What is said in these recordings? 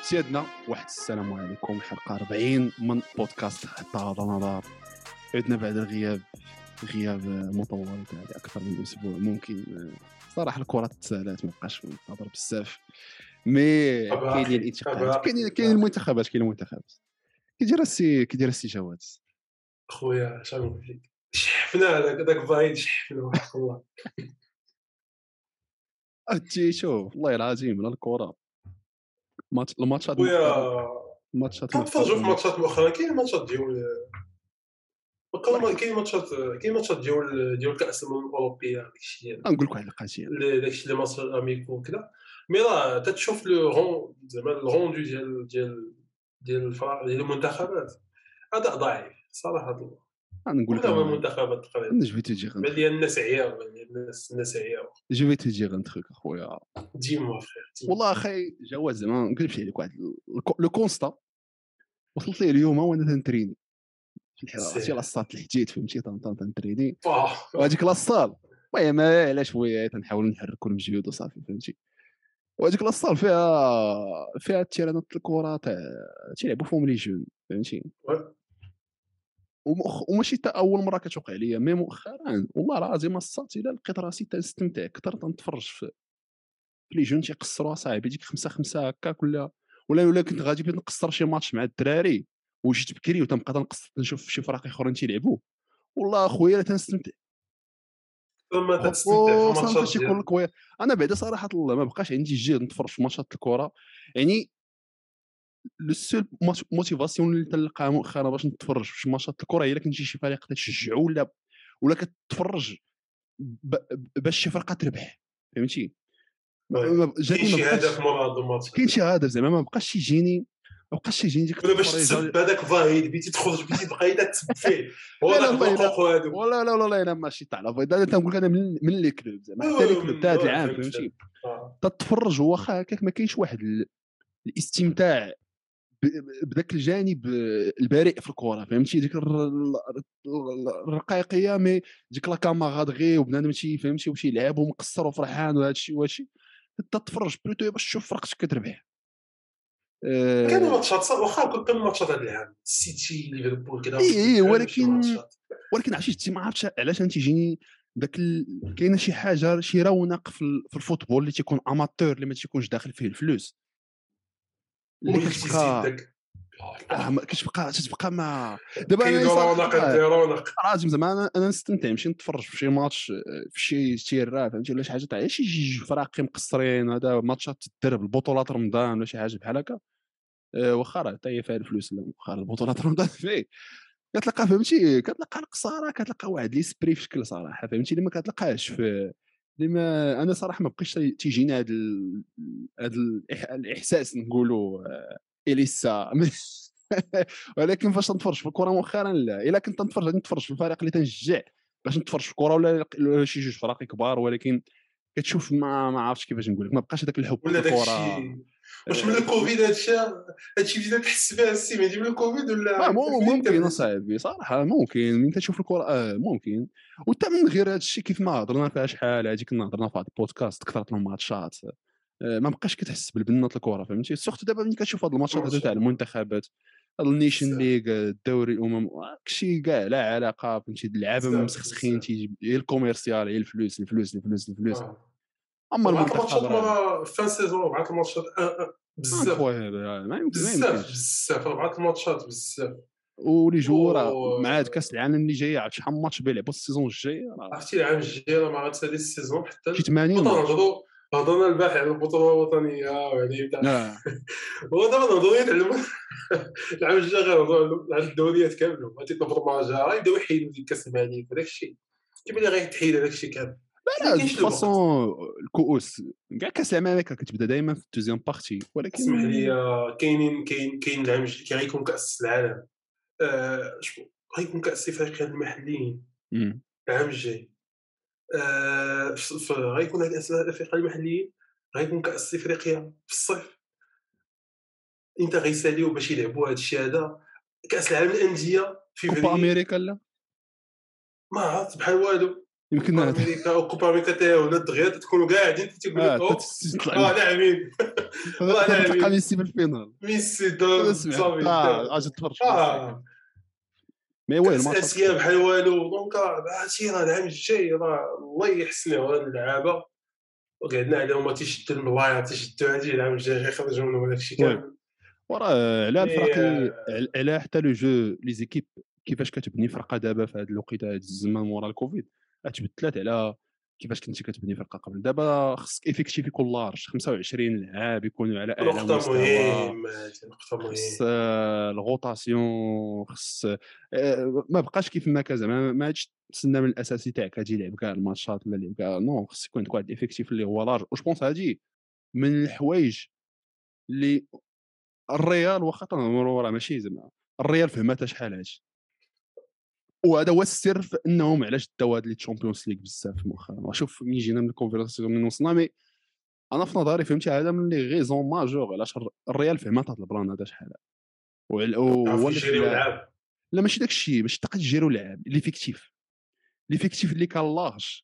سيادنا واحد السلام عليكم. حلقة 40 من بودكاست حتى هذا نظر. عدنا بعد الغياب مطول تاع أكثر من أسبوع. ممكن صراحة الكرة تسالات ما بقاش نهضر بزاف، مي كاينين الانتقالات، كاين المنتخبات، كيدير السي جواز خويا شنو نقول لك، شحفنا داك فايد، شحفنا وحق الله. أتي شوف والله العظيم الكرة الماتشات خويا الماتشات كنتفرجوا في مؤخرا ماتشات مؤخرا، كاين ماتشات ديال كاين ماتشات ديال كأس الأمم الأوروبية، داكشي نقول لك واحد القضية. داكشي لي ماتش اميكو وكذا، مي راه تتشوف لو رون زعما الروندو ديال المنتخبات، اداء ضعيف صراحه. نقول لك ولا هو انا المنتخبات تقريبا جو في تجي بان لي الناس عياو، الناس عياو. جو في تجي ان تروك اخويا. ديما فخير والله اخي جواز زعما ما نكذبش عليك، واحد لو كونستا وصلت ليه اليوم وانا تنتريني في الحراسه لاصات الحديد، فهمتي، تنتريني وهذيك لاصال. المهم علاش شويه تنحاول نحركوا المجهود وصافي، فهمتي. وهذيك لاصال فيها التيرانات الكره تاع تيلعبوا فيهم لي جون، فهمتي. وماشي حتى اول مره كتوقع ليا، مي مؤخرا والله العظيم الصات الا لقيت راسي تنستمتع اكثر تنتفرج في لي جون تيقصروا صاحبي ديك 5 هكاك، ولا كنت غادي نقصر شي ماتش مع الدراري وجيت بكري وتنبقى تنقص نشوف شي فرق اخرين تيلعبوا، والله اخويا تنستمتع. لما تستمتع في خصوصا ماتشات فاش يكون ديال الكوير. انا بعدا صراحه الله ما بقاش عندي جهد نتفرج في ماتشات الكره، يعني لو سول موتيفاسيون اللي تلقاها مؤخرا باش نتفرج في ماتشات الكره هي الا كنتي شي فريق تشجعو ولا كتفرج باش شي فرقه تربح، فهمتي. كاين جاتني ما شي بقاش هدف مورا هاد الماتش، كاين شي هدف زعما ما بقاش يجيني ديك ولا باش التفريجه. تسب هذاك فايد بيتي تخرج بيتي تبقى تسب فيه هو لا لا داك والله لا، بلاقوق هادو. ولا لا لا انا ماشي تاع لا فايد، انا تنقول لك انا من لي كلوب زعما، حتى لي كلوب تاع هذا العام، فهمت فهمتي. آه. تتفرج واخا هكاك ما كاينش واحد الاستمتاع بداك الجانب البريء في الكره، فهمتي. ديك الرقائقيه، مي ديك لا كاميرا دغي وبنادم فهمتي وشي يلعب ومقصر وفرحان وهذا الشيء وهادشي. تتفرج بلوتو باش تشوف فرقتك كتربح. كانوا ماتشات واخا كانوا ماتشات هاد العام السيتي ليفربول كذا اي شي ماتشات. ولكن عرفتي ما عرفتش علاش انت تيجيني داك كاينه شي حاجه، شي رونق في الفوتبول اللي تيكون اماتور، اللي ما تيكونش داخل فيه الفلوس، اللي هو اللي تيزيد كتبقى داك تتبقى ما دابا انا كيدو رونق رونق. لازم زعما انا نستمتع نمشي نتفرج في شي ماتش في شي تيرا، فهمتي، ولا شي حاجه تاع شي جوج فراقي مقصرين، هذا ماتشات تدرب البطولات رمضان ولا شي حاجه بحال هكا. واخا راه حتى هي فيها الفلوس، لا واخا البطولات رمضان فيه كتلقى، فهمتي، كتلقى القصاره، كتلقى واحد لي سبري في شكل صراحه، فهمتي، اللي ما كتلقاهش في اللي ما انا صراحه ما بقيتش تيجينا هذا الاحساس نقولوا اليسا ولكن فاش نتفرج في الكره مؤخرا لا، الا كنت نتفرج في الفريق اللي تنشجع باش نتفرج في الكره ولا شي جوج فراقي كبار، ولكن كتشوف ما عرفتش كيفاش نقول لك، ما بقاش هذاك الحب في ولا داك الكره. الشيء واش من الكوفيد هادشي بديت تحس به السي مهدي من الكوفيد ولا منين ممكن تبدا؟ اصاحبي صراحه، ممكن من تشوف الكره ممكن. وحتى من غير هذا الشيء كيف ما هضرنا فيها شحال هذيك، كنا هضرنا في هذا البودكاست كثرت الماتشات، ما بقاش كتحس بالبنات الكره، فهمتي. سورت دابا ملي كتشوف هاد الماتشات هذو تاع المنتخبات، النيشن ليغ، الدوري الامم، داكشي كاع لا علاقه، فهمتي. اللعابه مسخسخين، تيجي هي الكوميرسيال، هي الفلوس الفلوس الفلوس الفلوس. اما ربعة المنتخب الماتشات راه مرة فان سيزون، ربعة الماتشات بزاف انكرويبل، ما بزاف يمكنش. بزاف، ربعة الماتشات بزاف. ولي جوار مع هاد كاس العالم اللي جاي، عرفت شحال من ماتش بيلعبوا السيزون الجاي؟ راه عرفتي العام الجاي راه ما غاتسالي السيزون حتى شي 80 البطولة. ماتش. هضرنا البارح على البطولة الوطنية وعلى بتاع ودابا نهضروا على العام الجاي، غير نهضروا على الدوريات كاملين، غادي البرمجة غيبداو يحيدوا ديك كاس الملك وداك الشيء، كيبان لي غيتحيد هذاك الشيء كامل، ما لا دو كاينش الوقت. فاسون الكؤوس كاع كاس العالم كتبدا دائما في الدوزيام بارتي، ولكن اسمح لي، كاين العام الجاي كي غيكون كاس العالم، غيكون كاس افريقيا المحليين العام الجاي. غيكون هاد كاس افريقيا المحليين، غيكون كاس افريقيا في الصيف، انت غيساليو باش يلعبوا هاد الشيء هذا. كاس العالم الانديه في كوبا فبراير، امريكا لا ما عرفت بحال والو. يمكن كوبا امريكا او كوبا امريكا تا ولا دغيا تكونوا كاع قاعدين تيقول لك اوب تطلع لاعبين تلقى ميسي في الفينال ميسي دار صافي اجي تفرج مي وي الماتش اسيا بحال والو دونك هادشي راه العام الجاي راه الله يحسن لهم هاد اللعابه وقعدنا عليهم ما تيشدوا الملاير تيشدوا هادشي العام الجاي غيخرجوا منهم داكشي كامل وراه على الفرق على حتى لو جو لي زيكيب كيفاش كتبني فرقه دابا في هذا الوقيته هذا الزمان مورا الكوفيد تبدلات على كيفاش كنتي كتبني فرقه قبل. دابا خصك افيكتيف يكون لارج 25 لاعب يكونوا على اعلى مستوى. نقطه مهمه خص الغوطاسيون خص ما بقاش كيف ما كان زعما ما عادش تسنى من الاساسي تاعك غادي يلعب كاع الماتشات ولا يلعب كاع نو خص يكون عندك واحد الافيكتيف اللي هو لارج. وش بونس هادي من الحوايج اللي الريال واخا تنهضروا راه ماشي زعما الريال فهمتها شحال هادشي وهذا هو السر في انهم علاش داو هاد لي تشامبيونز ليغ بزاف مؤخرا. شوف ملي جينا من الكونفيرساسيون من وصلنا مي انا في نظري فهمتي هذا من لي غيزون ماجور علاش الريال فهمت هاد البلان هذا شحال هو اللي لا ماشي داك الشيء باش تبقى تجيرو لعاب ليفيكتيف اللي كان لارج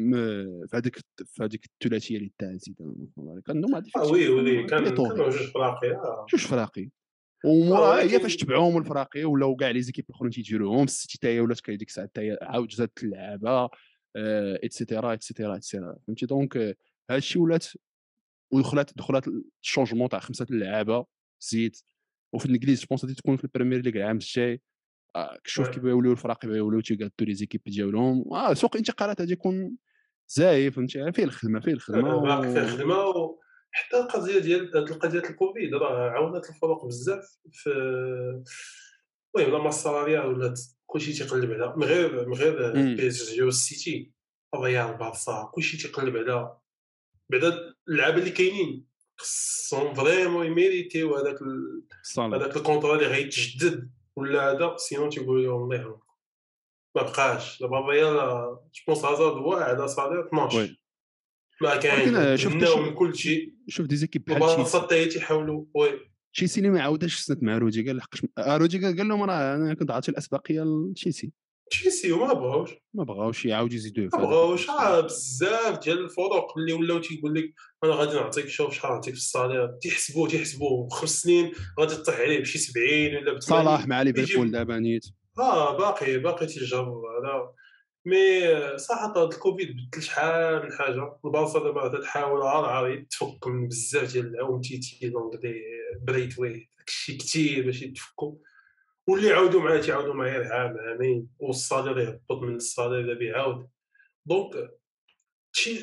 في هذيك الثلاثيه اللي تاع زيدان كانوا مع وي كان جوج فراقي ومورا هي فاش تبعوهم الفراقي ولاو كاع لي زيكيب الاخرين تيجيروهم السيتي تاهي ولات ديك الساعه تاهي عاود زادت اللعابه ايتترا فهمتي. دونك هادشي ولات ودخلات الشونجمون تاع 5 اللعابه زيد. وفي الانجليز جوبونس غادي تكون في البريمير ليغ العام الجاي كشوف كيف يوليو الفراقي يوليو تيقادو لي زيكيب ديالهم سوق الانتقالات غادي يكون زايد فهمتي فيه الخدمه باقي فيه الخدمه حتى القضيه ديال القضيه الكوفيد راه عاونت الفرق بزاف في المهم لما السالاريا ولات كلشي تيقلب على من غير بي اس جي والسيتي الريال بارسا كلشي تيقلب على بعدا اللعابه اللي كاينين خصهم فريمون يميريتيو هذاك الكونطرا اللي غيتجدد ولا هذا سينو تيقول لهم الله يهون ما بقاش دابا الريال جو بونس هازارد هو على صالير 12 ما كاين شفنا من كل شيء. شوف دي زيكيب بحال تشيلسي تيحاولوا تشيلسي اللي ما عاودش سنت مع روديغر لحقاش روديغر قال لهم راه انا كنت عاطي الاسبقيه لتشيلسي وما بغاوش يعاودوا يزيدوه ما بغاوش بزاف ديال الفرق اللي ولاو تيقول لك انا غادي نعطيك شوف شحال نعطيك في الصالير تيحسبوا 5 سنين غادي تطيح عليه بشي 70 ولا ب 80. صلاح مع ليفربول دابا نيت باقي تيجرب هذا مي صراحه هذا الكوفيد بدل شحال من حاجه. البارسا دابا تحاول عاري تفك من بزاف ديال العوم تيتي دونك بريت وي داكشي كثير باش يتفكوا واللي عاودوا معاه غير عامين والصالير يهبط من الصالير اللي بيعاود دونك شي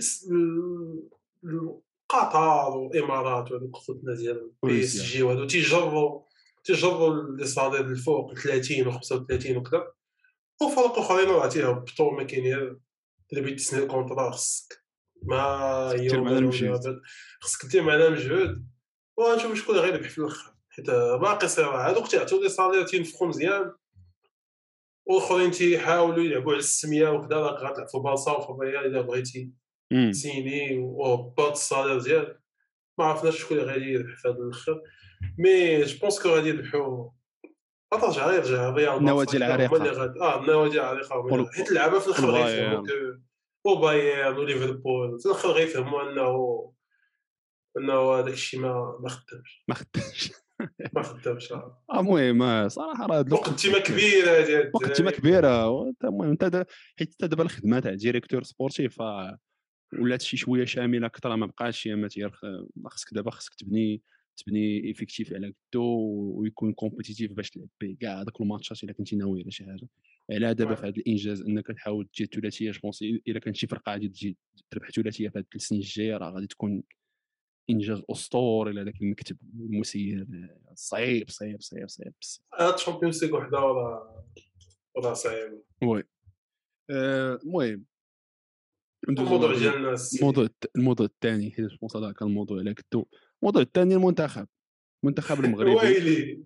قطر والامارات وهذوك خوتنا ديال بي اس جي وهادو تيجروا لي صالير الفوق 30 و35 وكذا وفرق اخرين راه تيهبطوا ما كاين غير اللي بغيتي تسني الكونطرا خصك ما خصك دير معنا مجهود ونشوف شكون غيربح في الاخر حيت باقي صراع هذوك تيعطيو لي صالير تينفخوا مزيان والاخرين تيحاولوا يلعبوا على السميه وكذا راك غتلعب في بارسا وفي الريال الا بغيتي سيني وهبط الصالير ديال ما عرفناش شكون اللي غادي يربح في هذا الاخر مي جو بونس كو غادي يربحوا يرجع الريال النوادي العريقه النوادي العريقه حيت اللعابه في الاخر غيفهموا وبايرن وليفربول في الاخر غيفهموا انه هذاك الشيء ما خدامش المهم صراحه راه وقتيمه كبيره ديال وقتيمه كبيره. المهم انت حيت دابا الخدمه تاع ديريكتور سبورتيف ولات شي شويه شامله اكثر ما بقاش يا خصك تبني افيكتيف على قدو ويكون كومبيتيتيف باش تلعب به كاع هذوك الماتشات الا كنتي ناوي على شي حاجه. على دابا في هذا الانجاز انك تحاول تجي ثلاثيه جوبونس الا كانت شي فرقه غادي تجي تربح ثلاثيه في هاد السنين الجايه راه غادي تكون انجاز اسطوري لهذاك المكتب المسير صعيب الشامبيونز ليغ وحده ولا صعيب وي. المهم الموضوع ديالنا الموضوع الثاني حيت جوبونس هذا كان الموضوع على كدو. الموضوع الثاني المنتخب المغربي ويلي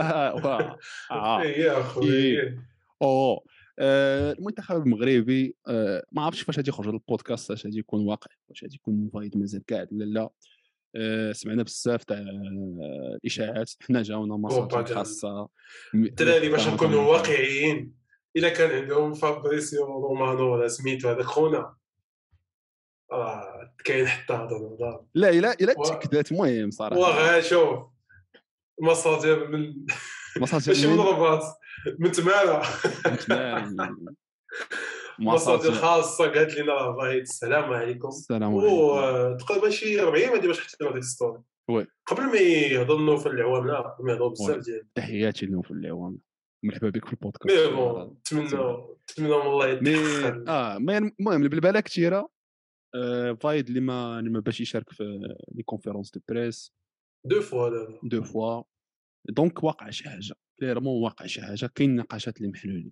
يا اخويا المنتخب المغربي ما عرفتش فاش غادي يخرج البودكاست واش غادي يكون واقع واش غادي يكون فايد مازال قاعد ولا لا. سمعنا بزاف تاع الاشاعات حنا جاونا مصادر خاصه الدراري باش نكونوا واقعيين الا كان عندهم فابريسيو رومانو ولا سميتو هذاك خونا كاين حتى هضره لا الا تاكدات المهم صراحه وغا شوف مصادر من مصادر ماشي من الرباط من تماره متمارين مصادر مصادر خاصه قالت لنا راه فايد السلام عليكم السلام عليكم وتقريبا شي 40 غادي باش حطينا ديك الستوري وي قبل ما يهضروا في العوام لا قبل ما يهضروا بزاف ديال تحياتي لهم في العوام مرحبا بك في البودكاست مي بون نتمنى من الله مي يتدخل المهم بالبالة كثيره فايد اللي ما باش يشارك في لي كونفيرونس دو بريس دو فوا دابا دو فوا دونك واقع شي حاجه كليرمون واقع شي حاجه كاين نقاشات اللي محلولين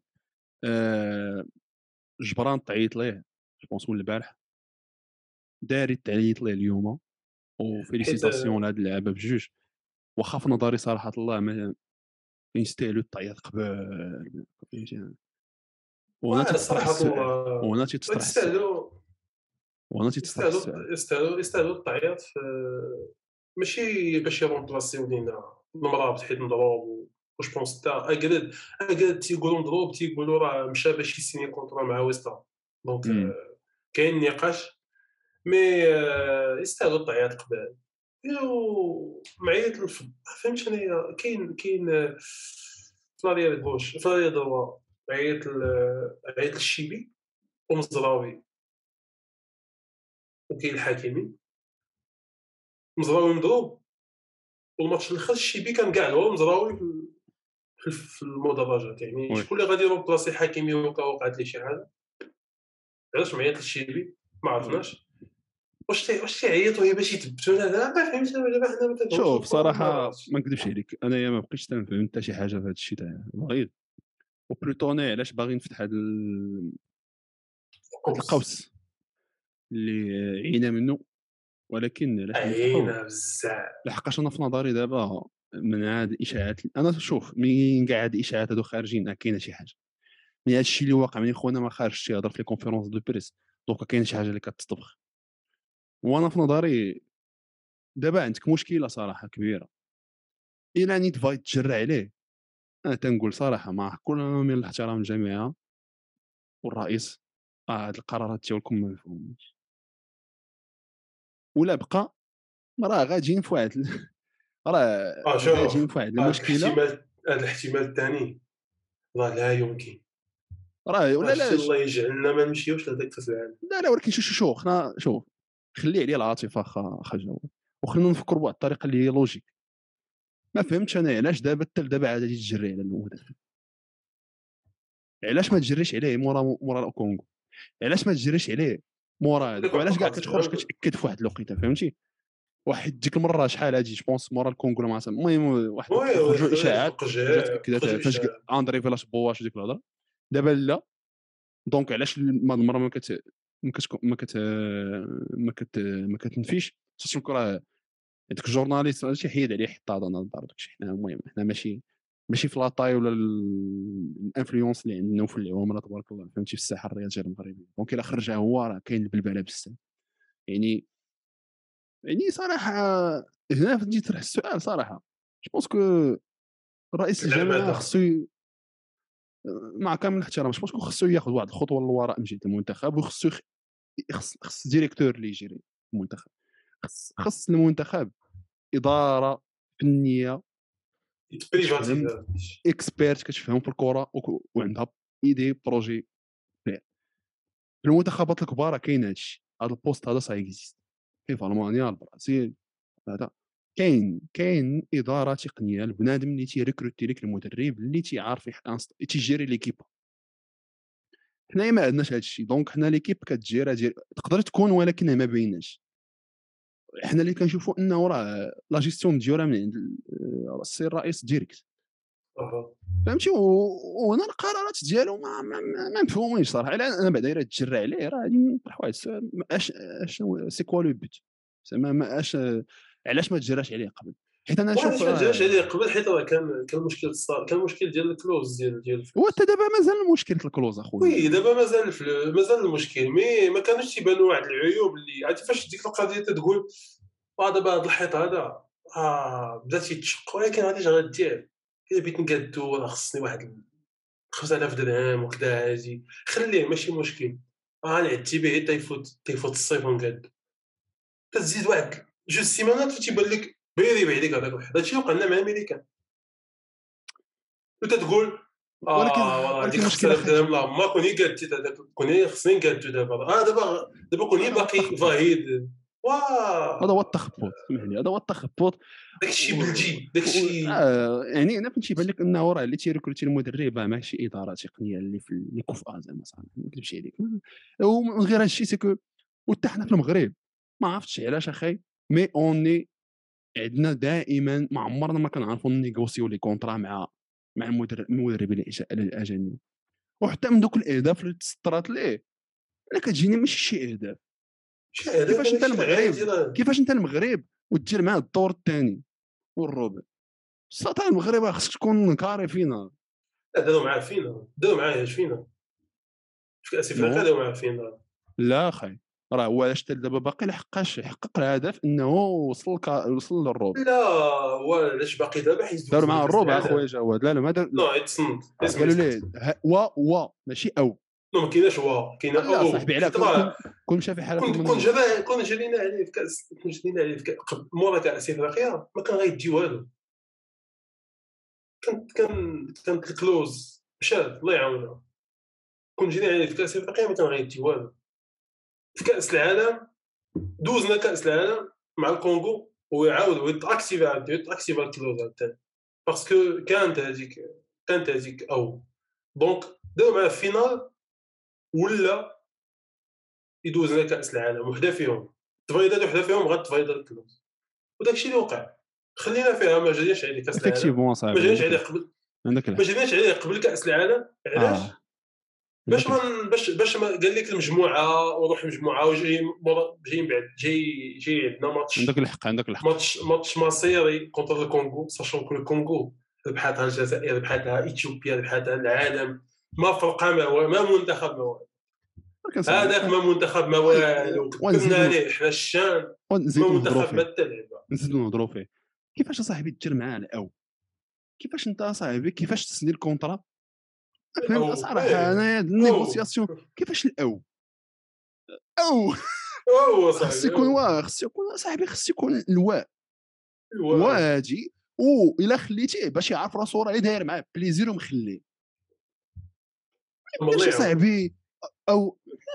جبران تعيط ليه جو بونس من البارح داري تعيط ليه اليوم وفيليسيتاسيون لهاد اللعابه بجوج واخا في نظري صراحه الله ما يستاهلوا التعيط قبل فهمتي وهنا تيطرح صراحه السؤال الله وهنا تيطرح السؤال وهنا تيطرح السؤال يستاهلوا التعيط ماشي باش يرومبلاسيو لينا المرابط حيت مضروب واش بونس تا اكاد تيقولوا مضروب تيقولوا راه مشى باش يسيني كونطرا مع ويستا دونك كاين نقاش مي يستاهلوا التعيط قبل معيط فهمت انايا كاين فلاريا غوش فلاريا دروا عيط الشيبي ومزراوي وكاين الحكيمي مزراوي مضروب والماتش الاخر الشيبي كان كاع هو مزراوي في المدرجات يعني شكون اللي غادي يرومبلاسي حكيمي وقعت ليه شي حاجه علاش معيط الشيبي ما عرفناش واش تيعيطوا هي باش يثبتونا لا ما فهمتش دابا حنا ما تفهمش شوف صراحه ما نكذبش عليك انايا ما بقيتش تنفهم حتى شي حاجه في هذا الشيء تاع البغيض وبلوتوني علاش باغي نفتح هذا القوس اللي عينا منه ولكن علاش عينا بزاف لحقاش انا في نظري دابا من هاد الاشاعات انا شوف من كاع هاد الاشاعات هادو خارجين كاينه شي حاجه من هاد الشيء اللي واقع من خونا ما خارجش يهضر في لي كونفيرونس دو بريس دونك كاينه شي حاجه اللي كتطبخ وانا في نظري دابا عندك مشكله صراحه كبيره الا نيت فايت تجرى عليه انا تنقول صراحه مع كل من الاحترام الجميع والرئيس هاد القرارات ديالكم ما مفهومش ولا بقى راه غاديين في واحد راه غاديين في واحد المشكله هذا الاحتمال الثاني راه لا يمكن راه ولا لا الله يجعلنا ما نمشيوش لهذاك كاس العالم لا ولكن شوف خلينا شوف خلي عليه العاطفه اخا جواد وخلينا نفكروا بواحد الطريقه اللي هي لوجيك ما فهمتش انا علاش دابا حتى دابا عاد تجري على المدرب علاش ما تجريش عليه مورا الكونغو علاش ما تجريش عليه مورا هذاك وعلاش كاع كتخرج كتاكد في واحد الوقيته فهمتي واحد ديك المره شحال هادي جو بونس مورا الكونغو ما المهم واحد خرجوا اشاعات جات اكدت فاش اندري فيلاش بواش ديك الهضره دابا لا دونك علاش المره ما كت ما كت ما كت ما كت ما كتنفيش خصك راه هذاك الجورناليست ماشي حيد عليه حتى هذا نظر داكشي حنا المهم حنا ماشي في لاطاي ولا الانفلونس اللي عندنا في العوام تبارك الله فهمتي في الساحه الرياضيه المغربيه دونك الا خرجها هو راه كاين البلبله بزاف يعني صراحه هنا فاش تجي تطرح السؤال صراحه جو بونس كو رئيس الجامعه خصو مع كامل الاحترام جو بونس خصو ياخذ واحد الخطوه للوراء من جهه المنتخب وخصو خص ديريكتور اللي يجري المنتخب خص المنتخب اداره فنيه اكسبيرت كتفهم في الكره وعندها ايدي بروجي في المنتخبات الكبار كاين هادشي هذا البوست هذا صاي اكزيست كيف المانيا البرازيل هذا كاين اداره تقنيه البنادم اللي تيريكروتي لك المدرب اللي تيعرف تيجيري ليكيب حنايا ما عندناش هذا الشيء دونك حنا ليكيب كتجير تقدر تكون ولكن ما بيناش حنا اللي كنشوفوا انه راه لا جيستيون ديالها من عند السي الرئيس ديريكت فهمتي وهنا القرارات ديالو ما مفهومينش صراحه انا بعدا الا تجرى عليه راه غادي نطرح واحد السؤال اش سي كوا لو بوت زعما علاش ما تجراش عليه قبل حيت انا نشوف ما تجراش عليه قبل حيت راه كان مشكل كان مشكل ديال الكلوز ديال هو حتى دابا مازال المشكل الكلوز اخويا وي دابا مازال المشكل مي ما كانوش تيبانوا واحد العيوب اللي عرفتي فاش ديك القضيه تقول دابا هذا الحيط هذا بدا تيتشق ولكن غادي غدير الا بغيت نقادو راه خصني واحد 5000 درهم وكذا هادي خليه ماشي مشكل غنعدي به تيفوت الصيف ونقاد كتزيد واحد جوج سيمانات وتيبان لك بيري عليك هذاك الواحد. هادشي وقع لنا مع الامريكان وتتقول ولكن هذيك المشكله 5000 درهم لا ما كوني قادت هذاك كوني خصني قادو دابا دابا كوني هذا هو باقي التخبط فاهيد هذا هو التخبط سمح لي هذا هو التخبط داكشي بلجي داكشي يعني انا كنت يبان لك انه راه اللي تيركروتي المدرب ماشي اداره تقنيه اللي كفء زعما صراحه ما نكذبش عليك ومن غير هذا الشيء سكو وحتى حنا في المغرب ما عرفتش علاش اخي مي اوني عندنا دائما ما عمرنا ما كنعرفوا نيغوسيو لي كونطرا مع المدربين الاجانب وحتى من دوك الاهداف اللي تسطرات ليه انا كتجيني ماشي شي اهداف هذاك كيفاش انت داكشي عادي المغرب كيفاش انت المغرب وتدير معاه الدور الثاني والربع السلطه المغرب خصك تكون كاري فينا داروا معاه فينا داروا معاه فينا في كاس افريقيا نو داروا معاه فينا لا اخي راه هو علاش حتى دابا باقي لحقاش يحقق الهدف انه وصل للربع لا هو علاش باقي دابا حيت داروا دوز معاه لكاس الربع اخويا العالم جواد لا ما دار نو يتصنت اسمع قالوا اسمع ليه و ماشي او نو ما كايناش هو كاينه لا صاحبي على حيت راه كون مشى في حاله كون جرينا عليه في كاس كون جرينا عليه في مورا كاس افريقيا ما كان غيدي والو كانت الكلوز مشات الله يعاونها كون جرينا عليه في كاس افريقيا ما كان غيدي والو في كاس العالم دوزنا كاس العالم مع الكونغو ويعاود ويتاكتيفا الكلوز عاوتاني باسكو كانت هذيك او دونك داو مع الفينال ولا يدوز لنا كاس العالم وحده فيهم تفايضات وحده فيهم غتفايض الكلوز وداك الشيء اللي وقع خلينا فيها ما جريناش عليه كاس العالم افيكتيفمون ما صاحبي جريناش عليه قبل عندك ما الحق جريناش عليه قبل كاس العالم علاش اه عندك الحق باش ما قال لك المجموعه وروح المجموعه جايين بعد جاي عندنا عندك الحق عندك الحق ماتش مصيري كونتر الكونغو ساشون كو الكونغو ربحتها الجزائر ربحتها اثيوبيا ربحتها العالم ما فرقها ما منتخب ما والو ولكن صاحبي هذاك ما منتخب ما والو كبرنا عليه حنا الشان ما ونزيدو نهضروا منتخب ما فيه حتى لعبه نزيدو نهضروا فيه كيفاش صاحبي دير معاه الاو كيفاش انت صاحبي كيفاش تسني الكونطرا فهمت او صراحه ايه انايا او النيغوسياسيون كيفاش الاو او او خص صاحبي يكون او خص يكون صاحبي خص يكون الواء الواجي واجي الا خليتيه باش يعرف راسو راه داير معاه بليزير ومخليه الله كاش يعاون صاحبي او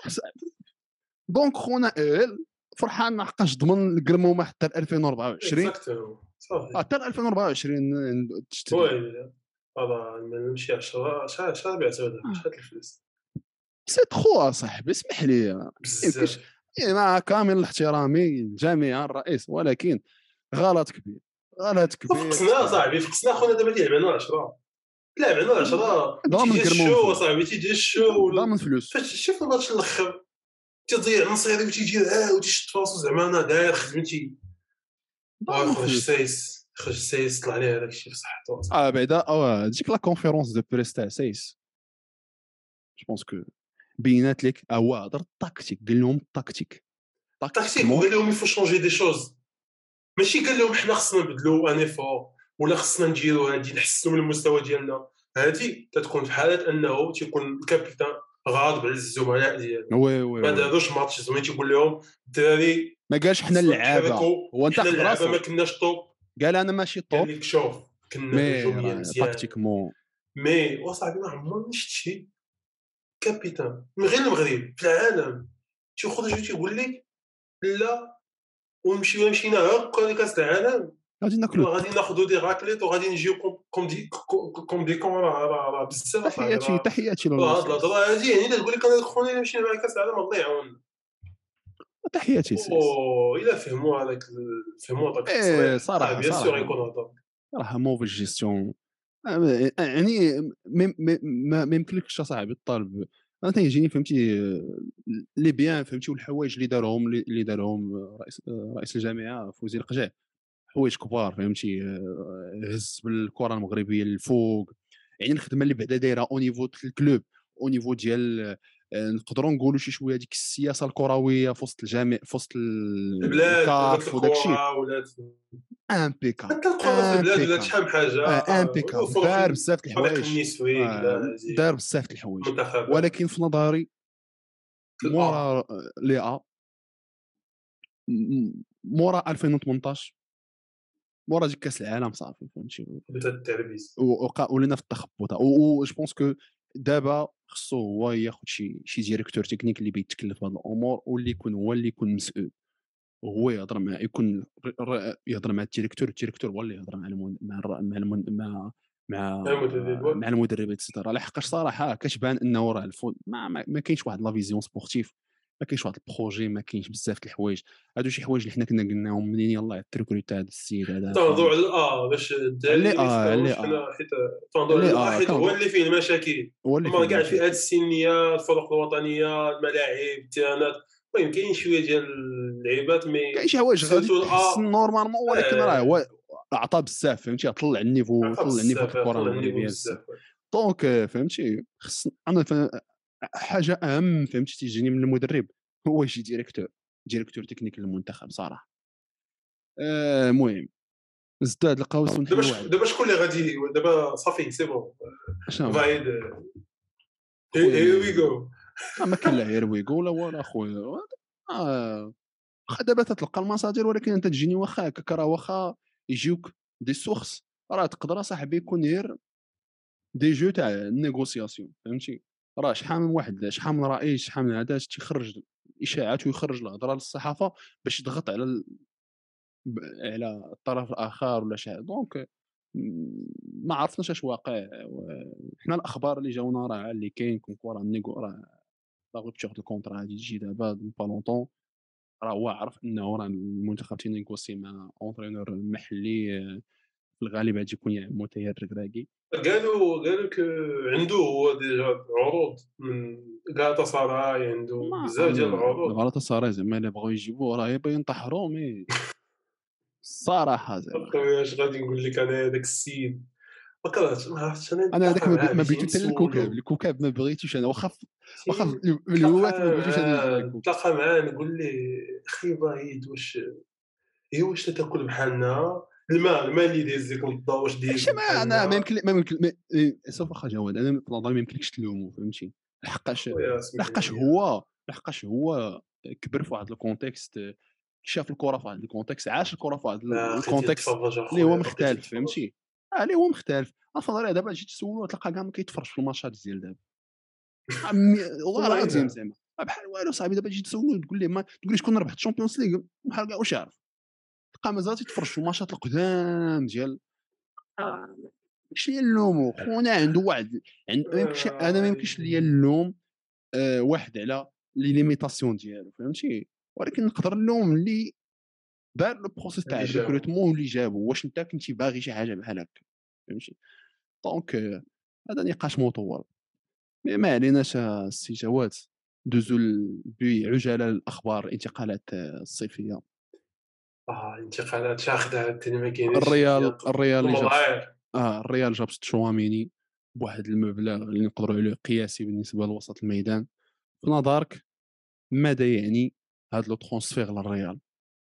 دونك خونا فرحان ما حقاش ضمن القرمومه حتى 2024 اكزاكتومون صافي حتى 2024 تجدد له ويلي هذا نمشي 10 شحال بعتو دابا شحال الفلوس سي تخو اصاحبي اسمح لي ما يمكنش بزاف مع كامل احترامي لجميع الرئيس ولكن غلط كبير غلط كبير فقسنا صاحبي فقسنا خونا دابا تيلعب عندنا 10 تلعب عندنا 10 ضامن وتيجي كرمون الشو فلوس صاحبي تيجي الشو ضامن فلوس فاش شوف الماتش الاخر تضيع نصيري وتيجي وتيشد راسو زعما انا داير خدمتي ضامن فلوس خرج السايس طلع عليه هذاك الشيء في صحته بعدا ديك لا كونفيرونس دو بريس تاع سايس جو بونس كو بينات لك هو هضر التكتيك قال لهم التكتيك التكتيك وقال لهم يفو شونجي دي شوز ماشي قال لهم حنا خصنا نبدلوا ان ايفور ولا خصنا نديروا هادي نحسنوا من المستوى ديالنا هادي تتكون في حاله انه تيكون الكابيتان غاضب على الزملاء ديالو وي وي ما وي داروش ماتش زوين تيقول لهم الدراري ما قالش حنا خصنا اللعابه نتحركوا هو حنا انتقد اللعابه ما راسو كناش طوب قال انا ماشي قال طوب لك شوف كنا مي هجوميا راه مزيان تاكتيكمون مي وصاحبي ما عمرني شفت شي كابيتان من غير المغرب في العالم تيخرج وتيقول لك لا مشينا هكا لكاس العالم غادي ناكلو وغادي ناخذوا دي راكليت وغادي نجيو كوم دي كون راه بزاف صاحبي تحياتي تحياتي راه هاد للوسيس الهضره هادي يعني تقول لك انا خونا مشينا مع كاس العالم الله يعاوننا تحياتي سيس الا فهموا هذاك ايه التصريح صراحه بيان سور صراحه غيكون هضر صراحه موفي جيستيون يعني ما يمكنلكش صاحبي الطالب انا تيجيني فهمتي لي بيان فهمتي والحوايج اللي دارهم رئيس الجامعه فوزي القجع حوايج كبار فهمتي هز بالكره المغربيه للفوق يعني الخدمه اللي بعدا دايره او نيفو الكلوب او نيفو ديال نقدروا نقولوا شي شويه ديك السياسه الكرويه في وسط الجامع في وسط البلاد ولات الكاف وداك الشيء الكره ولات امبيكابل حتى الكره في البلاد ولات امبيكابل شحال من حاجه امبيكابل دار بزاف د فريق الحوايج النسوي لا هذه دار بزاف د الحوايج منتخبات ولكن في نظري الأ مورا ليا مورا 2018 مورا ديك كاس العالم صافي فهمتي بدات التعربيز. ولينا في التخبط و جو بونس كو دابا خصو هو ياخذ شي ديريكتور تكنيك اللي بيتكلف بهاد الامور واللي يكون هو اللي يكون مسؤول وهو يهضر مع يكون يهضر مع الديريكتور هو اللي يهضر مع المدرب مع المدرب اكسترا لحقاش صراحه كتبان انه راه الفوت ما كاينش واحد لا فيزيون سبورتيف ما كاينش واحد البروجي ما كاينش بزاف د الحوايج هادو شي حوايج اللي حنا كنا قلناهم منين يلاه التريكوري تاع هذا السيد هذا تنهضروا على باش الدراري اللي اللي يسمعوش اللي حنا حيت تنهضروا على حيت هو اللي فيه المشاكل. هو اللي فيه اما كاع المشاكل. الفئات السنيه الفرق الوطنيه الملاعب التيرانات المهم كاين شويه ديال اللعيبات مي كاين شي حوايج غادي سيرتو تحسن نورمالمون ولكن راه هو عطى بزاف فهمتي طلع النيفو عقب طلع النيفو بزاف د الكره طلع النيفو المغربيه بزاف بزاف. دونك فهمتي خص انا حاجه اهم فهمتي تيجيني من المدرب هو يجي ديريكتور تكنيك للمنتخب صراحه. المهم زدت هاد القوس ونحل واحد دابا شكون اللي غادي دابا صافي سي بون شنو فايد خويا هير وي جو. ما كاين لا هير ويغو لا والو اخويا واخا دابا تتلقى المصادر ولكن انت تجيني واخا هكاك راه واخا يجيوك دي سورس راه تقدر اصاحبي يكون غير دي جو تاع النيغوسياسيون فهمتي راه شحال من رئيس شحال من هذا تيخرج اشاعات ويخرج الهضره للصحافه باش يضغط على على الطرف الاخر ولا شي دونك ما عرفناش اش واقع حنا الاخبار اللي جاونا راه اللي كاين كون راه راه لا روبتور دو كونترا غادي تجي دابا با لونطون راه هو عرف انه راه المنتخب تينيغوسي مع اونترينور محلي في الغالب غادي يكون يا متير الركراكي قالوا عنده هو ديجا عروض من غاتا ساراي عنده ما بزاف ديال العروض. غلط صراحه زعما الا بغاو يجيبوه راه يبغي ينطحروا مي الصراحه زعما اخويا اش غادي نقول لك انا هذاك السيد ما كرهتش ما عرفتش انا انا هذاك نتلاقى معاه ما باش بغيتو حتى نسولو الكوكاب ما بغيتوش انا واخا نتلاقى من الهوات ما بغيتوش انا نجي للكوكاب نتلاقى معاه نقول ليه اخي بايد واش تاكل بحالنا الماء اللي دايز لك الضوء واش داكشي دايز انا ما بحالنا. يمكن سوف اخا جواد انا في نظري ما يمكنلكش تلومو فهمتي لحقاش خويا سمح لي لحقاش هو كبر في واحد الكونتكست شاف الكره في واحد الكونتكست عاش الكره في واحد باقي الكونتكست تيتفرج اللي هو اخويا باقي مختلف تيتفرج. فهمتي اللي هو مختلف اصلا دابا جيت تسولو تلقى كاع ما كيتفرجش في الماتشات ديال دابا والله والله العظيم الا زعما بحال والو صاحبي دابا تجي تسولو تقول ليه ما تقول لي شكون ربح الشامبيونز ليغ بحال كاع واش عارف تلقى مازال تيتفرج في الماتشات القدام ديال ماشي نلومو خونا عنده واحد ما يمكنش انا ما يمكنش ليا اللوم واحد على لي ليميتاسيون ديالو فهمتي ولكن نقدر نلوم اللي دار لو بروسيس تاع اللي جاو الريكروتمون واللي جابو واش انت كنتي باغي شي حاجه بحال هكا فهمتي دونك هذا نقاش مطول مي ما عليناش السي جواد دوزو بعجاله الاخبار الانتقالات الصيفيه انتقالات شاخده الدنيا ما كايناش الريال اللي جاب المضاعف. الريال جاب تشواميني بواحد المبلغ اللي نقدروا عليه قياسي بالنسبه لوسط الميدان في نظرك ماذا يعني هذا لو ترونسفير للريال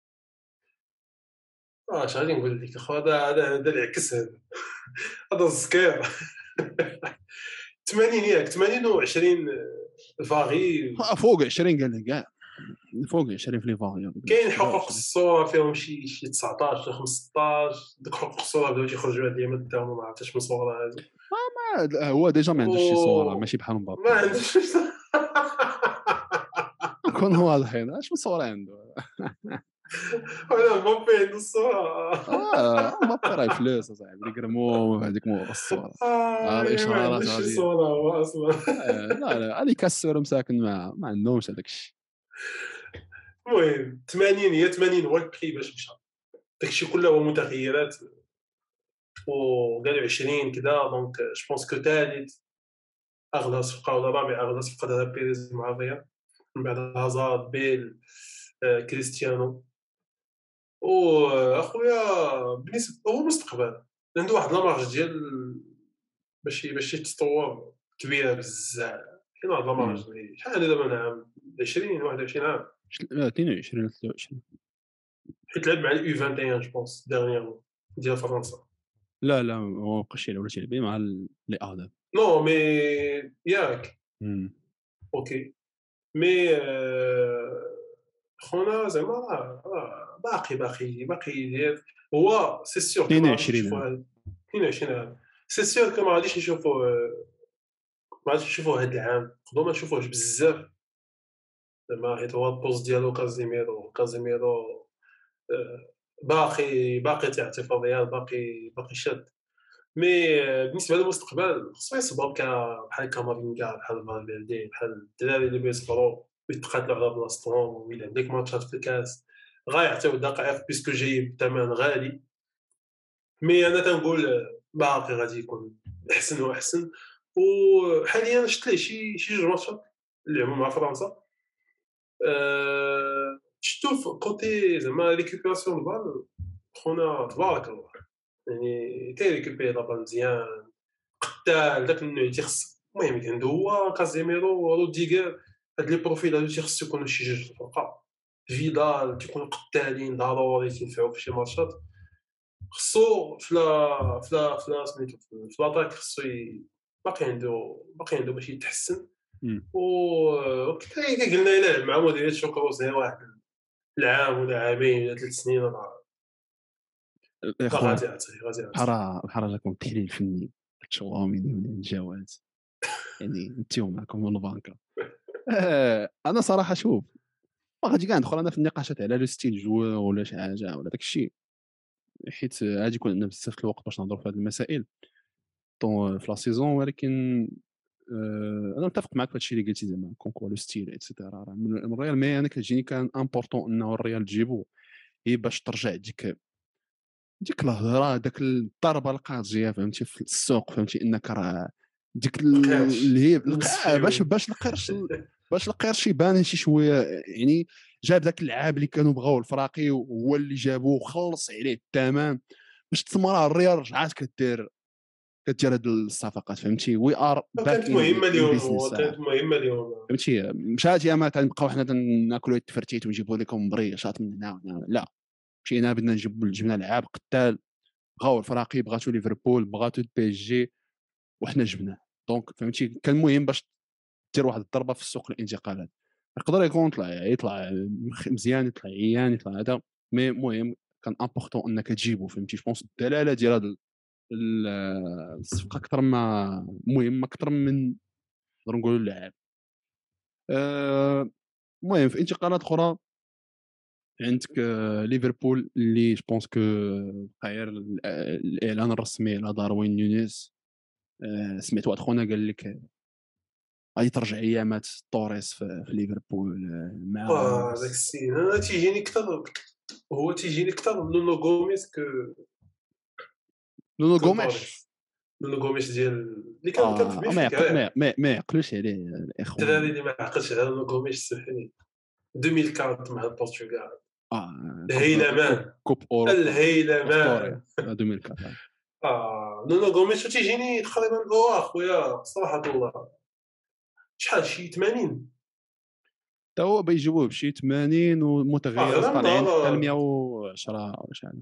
اش غادي نقول لك اخو هذا العكس هذا الزكير 80 ياك 28 فاغي. فوق 20 قال لك كاع فوق 20 في لي فاريابل كاين حقوق الصوره فيهم شي 19 ولا 15 دوك حقوق الصوره بداو تيخرجوا هاد الايامات تاعهم ما عرفتش من صوره هادو هو ديجا ما عندوش شي صوره و ماشي بحال ما مبابي عندوش نكون واضحين اش من صوره عنده ولا مبابي عنده الصوره. مبابي راه فلوس اصاحبي اللي كرمو هذيك مورا الصوره ما الاشهارات عندوش شي غادي صوره هو اصلا. لا هذيك كسر مساكن ما عندهمش هذاك الشيء المهم 80 هي 80 هو البري باش مشى داكشي كله هو متغيرات وقالوا 20 كذا دونك جو بونس كو ثالث اغلى صفقه ولا رابع اغلى صفقه دارها بيريز مع الريال من بعد هازارد بيل كريستيانو. واخويا بالنسبه هو مستقبل عنده واحد لامارج ديال باش يتطور كبيره بزاف. كاين واحد لامارج شحال هذا دابا عام 20 21 عام 22 23 حيت لعب مع اليو 21 جو بونس ديرنييرمون ديال فرنسا. لا هو مابقاش يلعب ولا تيلعب مع لي ادم نو مي ياك اوكي مي خونا زعما باقي ديال هو سي سيغ كو ما غاديش 22 عام. نشوفوه 22 عام سي سيغ كو ما غاديش نشوفوه هاد العام نقدروا ما نشوفوهش بزاف زعما حيت هو البوست ديالو كازيميرو باقي تاع الاحتفاظيات باقي شاد مي بالنسبه للمستقبل خصو يصبر بحال كامافينغا بحال فالفيردي بحال الدراري اللي بيصبروا ويتقاتلوا على بلاصتهم ويلعب عندك ماتشات في الكاس غيعطيو دقائق بيسكو جاي بثمن غالي مي انا تنقول باقي غادي يكون احسن واحسن وحاليا شفت ليه شي جوج ماتشات اللي لعبوا مع فرنسا شفتو في كوتي زعما ريكوبيراسيون البال خونا تبارك الله يعني كيريكوبيري لا بال مزيان قتال داك النوع اللي تيخص المهم عنده هو كازيميرو روديغر هاد لي بروفيل هادو تيخصو يكونوا شي جوج في الفرقه فيدال تيكونوا قتالين ضروري تينفعوا في شي ماتشات خصو فلا سميتو في لاطاك خصو باقي عنده باش يتحسن وكاين قلنا يلعب مع مديريه شوكروس غير واحد العام ولا عامين ولا 3 سنين غادي يعطي بحال لكم التحليل الفني الشوامي من الجواز يعني انتم معكم من البنكه. انا صراحه شوف ما غادي كاع ندخل انا في النقاشات على لو ستيل جوور ولا شي حاجه ولا داك الشيء حيت غادي يكون عندنا بزاف الوقت باش نهضروا في هذه المسائل في لا سيزون ولكن انا متفق معك في هادشي اللي قلتي زعما كونكور لو ستيل ايتترا راه من الريال مي انا كتجيني كان امبورطون انه الريال تجيبو هي باش ترجع ديك الهضره داك الضربه القاضيه فهمتي في السوق فهمتي انك راه ديك اللي هي باش القرش يبان شي شويه يعني جاب ذاك اللعاب اللي كانوا بغاو الفراقي وهو اللي جابوه وخلص عليه الثمن باش تمرا الريال رجعات كدير هاد الصفقات فهمتي وي ار كانت مهمه اليوم فهمتي مشات يا ما تنبقاو حنا ناكلوا التفرتيت ونجيبوا لكم مريشات من هنا لا مشينا بدنا جبنا لعاب قتال بغاو الفراقي بغاتو ليفربول بغاتو البي اس جي وحنا جبناه دونك فهمتي كان مهم باش دير واحد الضربه في السوق الانتقالات يقدر يكون يطلع مزيان يطلع عيان يطلع هذا مي المهم كان امبورطون انك تجيبو فهمتي جو بونس الدلاله ديال هذا الصفقه اكثر ما مهم اكثر من نقدر نقولوا اللاعب. المهم في انتقالات اخرى عندك ليفربول اللي جو بونس كو غير الاعلان الرسمي على داروين نونيز سمعت واحد خونا قال لك غادي ترجع ايامات طوريس في ليفربول مع داك السين انا تيجيني اكثر من نونو غوميز نونو غوميز ديال اللي كان في بيفيكا ما يعقلوش عليه الاخوان الدراري اللي ما عقلش على نونو غوميز سمحني 2004 مع البرتغال الهيلمان كوب اوروبا الهيلمان 2004 نونو غوميز تيجيني تقريبا خويا صراحه الله شحال شي 80 تا هو بيجيبوه بشي 80 ومتغير طالعين حتى 110 شحال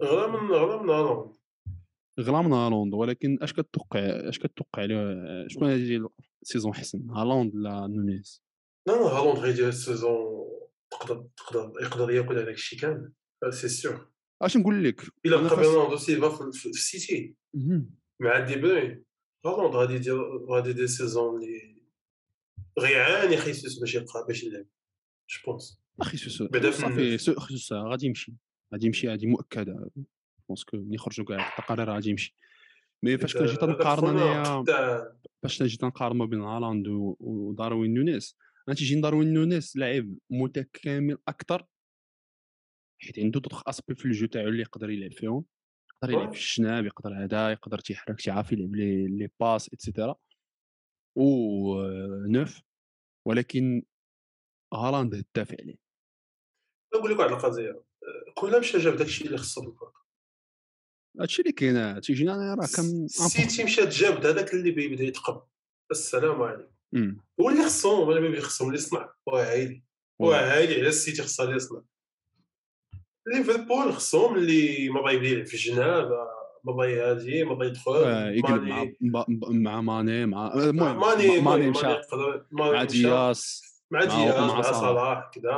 غلا من هالاند ولكن اش كتوقع عليه شكون غيجي سيزون حسن هالاند ولا نونيز؟ لا هالاند غيدير السيزون يقدر ياكل هذاك الشيء كامل سي سيغ اش نقول لك الا بقى برناردو سيلفا في السيتي مع دي بروين هالاند غادي يدير سيزون اللي غيعاني خيسوس باش يلعب جو بونس خيسوس صافي خيسوس غادي يمشي هذه مؤكده بونسكو ملي يخرجوا كاع التقارير غادي يمشي مي فاش كنجي تنقارن انايا باش نجي تنقارن ما بين هالاند وداروين نونيز انا تيجي داروين نونيز لاعب متكامل اكثر حيت عنده دوطخ اسبي في الجو تاعو اللي يقدر يلعب فيهم يقدر يلعب في الجناب يقدر هذا يقدر تيحرك تيعرف يلعب لي باس ايتترا و نوف ولكن هالاند الدافع عليه نقول لك واحد القضيه كل مشى جاب داكشي اللي خصو بالكره هادشي اللي كاين تيجينا انا راه كان السيتي مشى جاب هذاك اللي بدا يتقب السلام عليكم هو اللي خصهم ولا اللي خصهم اللي يصنع وعايلي على السيتي خصها اللي يصنع ليفربول خصهم اللي ما بغا يلعب في الجناب ما بغا يهاجي ما بغا يدخل مع ماني مع ماني مشى مع دياس مع صلاح كذا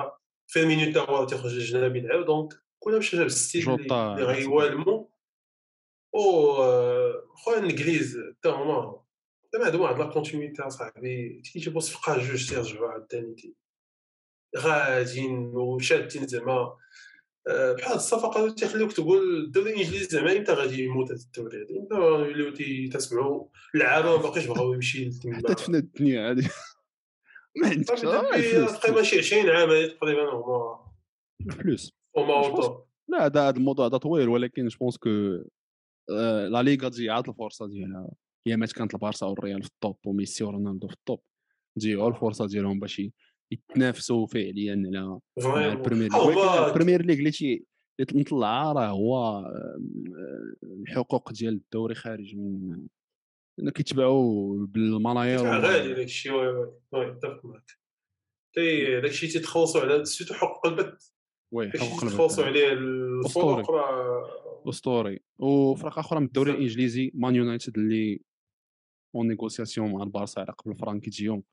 في المينوت تاعو تيخرج الجنابي يلعب دونك كنا مشى جاب الستيل جوطا اللي غيوالمو او خويا الانجليز حتى هما زعما عندهم واحد لا كونتينيتي اصاحبي تيجيبو صفقه جوج تيرجعوا عاوتاني غاديين وشادين زعما بحال الصفقه تيخليوك تقول الدوري الانجليزي زعما امتى غادي يموت هذا الدوري هذا امتى يوليو تسمعوا اللعابه ما باقيش بغاو يمشي لتما حتى تفنى الدنيا هذه ما عندكش الفلوس تقريبا شي 20 عام هذه تقريبا الفلوس هما جو بونس اوطو لا هذا الموضوع هذا طويل ولكن جو بونس كو لا ليغا تضيعات الفرصه ديالها هي مات كانت البارسا والريال في الطوب وميسي ورونالدو في الطوب تضيعوا الفرصه ديالهم باش يتنافسوا فعليا على مع فريمون البريمير ليغ ولكن هما البريمير ليغ اللي مطلعها راه هو الحقوق ديال الدوري خارج من لأنه كيتباعوا بالملايير كيدفع غالي والملايير داك الشيء وي اتفق معك داك الشيء تيتخلصوا على سيتو حقوق البث وي داك الشيء حقوق البث تيتخلصوا عليه اسطوري الفرق راه اسطوري وفرقه اخرى من الدوري بزاف الانجليزي مان يونايتد اللي اون نيغوسياسيون مع البارسا على قبل فرانكي ديونغ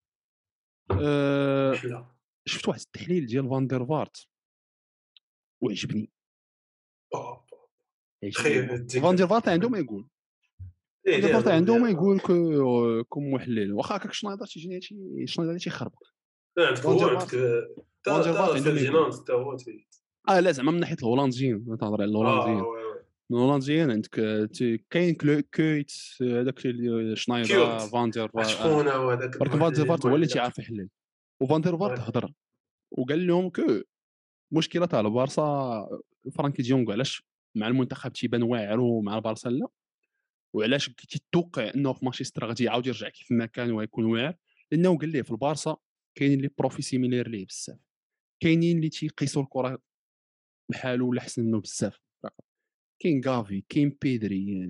أه محلى شفت واحد التحليل ديال فان دير فارت وعجبني تخيل فان دير الذكر فارت عنده ما يقول فان دير فارت عنده ما يقول كم محلل واخا هكاك شنايدر تيجيني شنايدر تيخربق عندك فان هو دير عندك فارت فان دير فارت عنده ما يقول فيرجيناند حتى هو لا زعما من ناحيه الهولنديين نهضر على الهولنديين وي من الهولنديين عندك كاين كويت هذاك شنايدر كيوت فان دير فارت شكون هو هذاك ولكن فان دير فارت هو اللي المعلق تيعرف يحلل وفان دير فارت هضر وقال لهم كو مشكله تاع البارسا فرانكي ديونغ علاش مع المنتخب تيبان واعر ومع البارسا لا وعلاش كيتوقع انه في مانشستر غادي يعاود يرجع كيف ما كان ويكون واعر لانه قال ليه في البارسا كاينين لي بروفي سيميلير ليه بزاف كاينين اللي تيقيسوا الكره بحالو ولا احسن منه بزاف كاين غافي كاين بيدري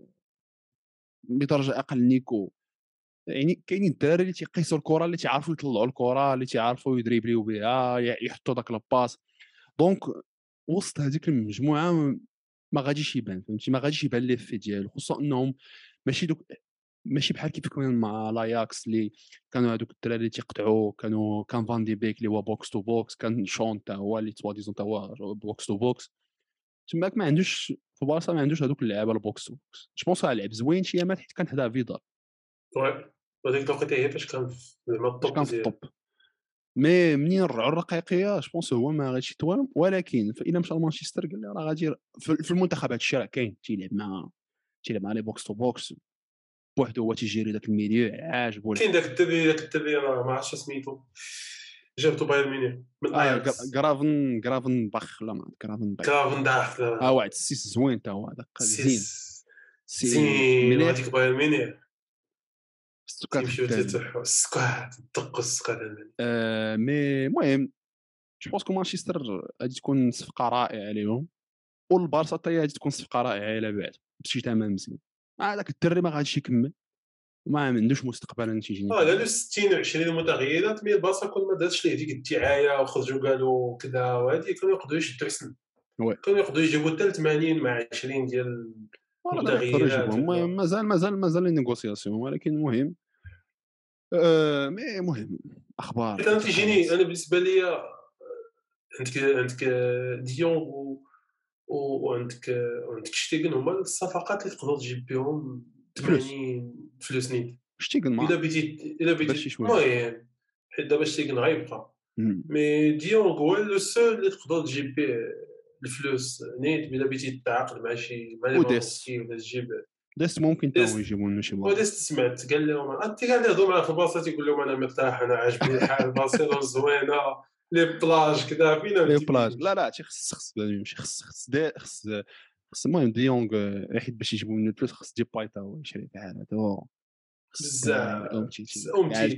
بدرجه اقل نيكو يعني كاينين الدراري اللي تيقيسوا الكره اللي تيعرفوا يطلعوا الكره اللي تيعرفوا يدريبليو بها يحطوا داك الباس دونك وسط هذيك المجموعه ما غاديش يبان فهمتي ما غاديش يبان ليه في ديالو خصوصا انهم ماشي بحال كيف كان مع لاياكس اللي كانوا هذوك الدراري اللي تيقطعوا كان فان دي بيك اللي هو بوكس تو بوكس كان شون تا هو اللي سوا ديزون تا هو بوكس تو بوكس تماك ما عندوش في بارسا ما عندوش هذوك اللعابه البوكس تو بوكس جو بونس لعب زوين شي مات حيت كان حدا فيدال وي وديك الوقيته هي فاش كان زعما باش الطوب كان في ديالو الطوب مي منين رجعوا الرقيقيه جو بونس هو ما غاديش يتوالم ولكن فإلا مشى لمانشستر قال لي راه غادي في المنتخب هذا الشيء راه كاين تيلعب مع لي بوكس تو بوكس بوحدو هو تيجيري داك الميليو عاجبو كاين داك الدري راه ما عرفتش سميتو جابتو بايرن ميونخ من اياكس غرافن باخ لا ما غرافن باخ كرافن داخ واحد السيس زوين تا هو هذاك زين سي زين مليح وهذيك بايرن ميونخ السكات تيمشيو خدام تيتوحوا السكواد دقوا السكواد مي المهم جو بونس كو مانشستر غادي تكون صفقه رائعه عليهم والبارسا حتى هي غادي تكون صفقه رائعه الى بعد بشي ثمن مزيان هذاك الدري ما غاديش يكمل وما عندوش مستقبل تيجيني قالوا 60 و20 متغيرات مي البارسا كل ما دارتش ليه ديك الدعايه وخرجوا قالوا كذا وهذه كانوا يقدروا يشدوا احسن كانوا يقدروا يجيبوا حتى 80 مع 20 ديال المتغيرات المهم مازال لي نيغوسياسيون ولكن المهم مي مهم اخبار انا تيجيني انا بالنسبه لي عندك ديونغ وعندك شتيغن هما الصفقات اللي تقدر تجيب بهم 80 فلوس نيت شتيغن الا بديت المهم حيت دابا شتيغن غيبقى مي ديونغ هو لو سول اللي تقدر تجيب به الفلوس نيت الا بديتي تتعاقد مع شي مع ليفاندوفسكي ولا تجيب ديست ممكن تاو يجيبوا لنا شي بلاصه ديست سمعت قال لهم انت قاعد يهضروا معاه في البلاصه تيقول لهم انا مرتاح انا عاجبني الحال بارسيلون زوينه لي بلاج كذا فينا لي بلاج لا خص يمشي خص المهم ديونغ حيت باش يجيبوا منه الفلوس خص ديباي تا هو يشري بحال هذا بزاف امتيتي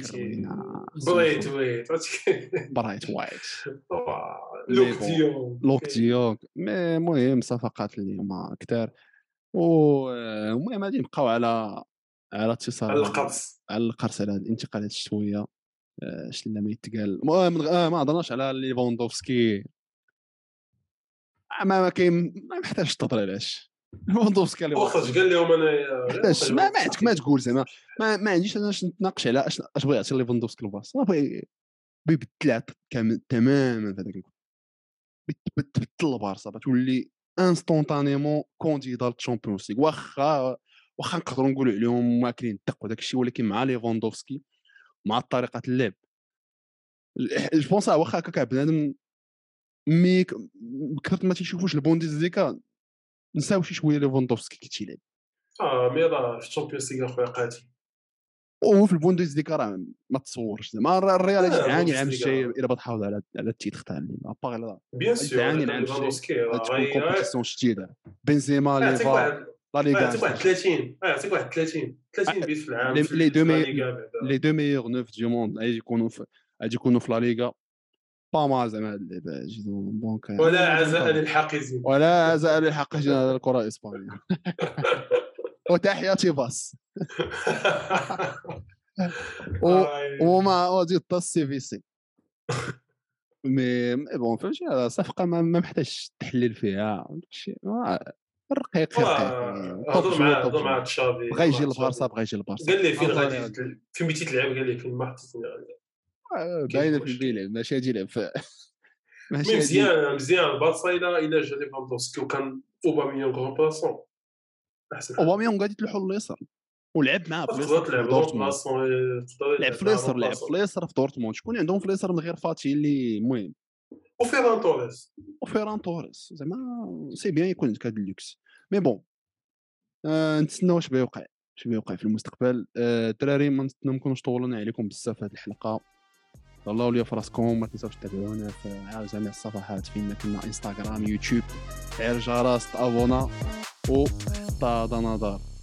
برايت وايت لوك ديونغ مي المهم صفقات اللي هما كثار والمهم غادي نبقاو على اتصال على القرص على الانتقالات الشتويه شنو ما يتقال ما هضرناش على ليفاندوفسكي ما كاين ما محتاجش تهضر علاش ليفاندوفسكي اللي واخا قال لهم انا ما عندك ما تقول زعما ما عنديش انا نتناقش على اش بغى يعطي ليفاندوفسكي الباص ما بغى بيبدل كامل تماما في هذاك الوقت. بتبدل البارسا بتولي انستونطانيمون كونديدا للتشامبيونز ليغ. واخا نقدروا نقولوا عليهم ماكلين الدق وداك الشيء، ولكن مع ليفاندوفسكي مع طريقه اللعب جو بونس واخا هكا بنادم مي كثرت ما تيشوفوش البوندسليغا نساو شي شويه ليفاندوفسكي كي تيلعب. مي راه في الشامبيونز ليغ اخويا قاتل. وهو في البوندسليغا راه ما تصورش زعما الريال غادي تعاني العام البوندسليغا الجاي الا بغات تحافظ على التيتر تاع الليغا ابار لا بيان غادي سور تعاني هذا العام الجاي. ليفاندوفسكي غادي تكون راه كومبيتيسيون شديده بنزيما يعطيك ليفا واحد لا ليغا يعطيك واحد 30 يعطيك واحد 30 بيت في العام في لي دو لا مي ليغا بعدا. لي دو ميور نوف دو موند غادي يكونوا في لا ليغا با ما زعما هاد اللعبه دونك ولا عزاء للحاقدين. ولا عزاء للحقيقه على الكره الاسبانيه. وتحياتي باس وما غادي السي في سي مي بون فهمتي صفقه ما محتاجش تحليل فيها شي رقيق هضر مع تشافي بغا يجي للبارسا قال لي فين غادي فين بغيتي تلعب قال لي فين ما حطيتني باينه في البيلعب ماشي غادي يلعب ماشي مزيان البارسا الى جا ليفاندوفسكي وكان اوباميانغ رومبلاسون احسن. اوباميانغ غادي تلوحو لليسار ولعب معاه في ليسر في دورتموند شكون عندهم في ليسر من غير فاتي اللي المهم وفيران توريس زعما سي بيان يكون عندك هذا اللوكس مي بون نتسناو واش بيوقع في المستقبل. الدراري ما نكونوش طولنا عليكم بزاف هذه الحلقه. الله وليا فراسكم ما تنساوش تتابعونا في جميع الصفحات فين كنا انستغرام يوتيوب فعل الجرس تابونا و طاد نظر.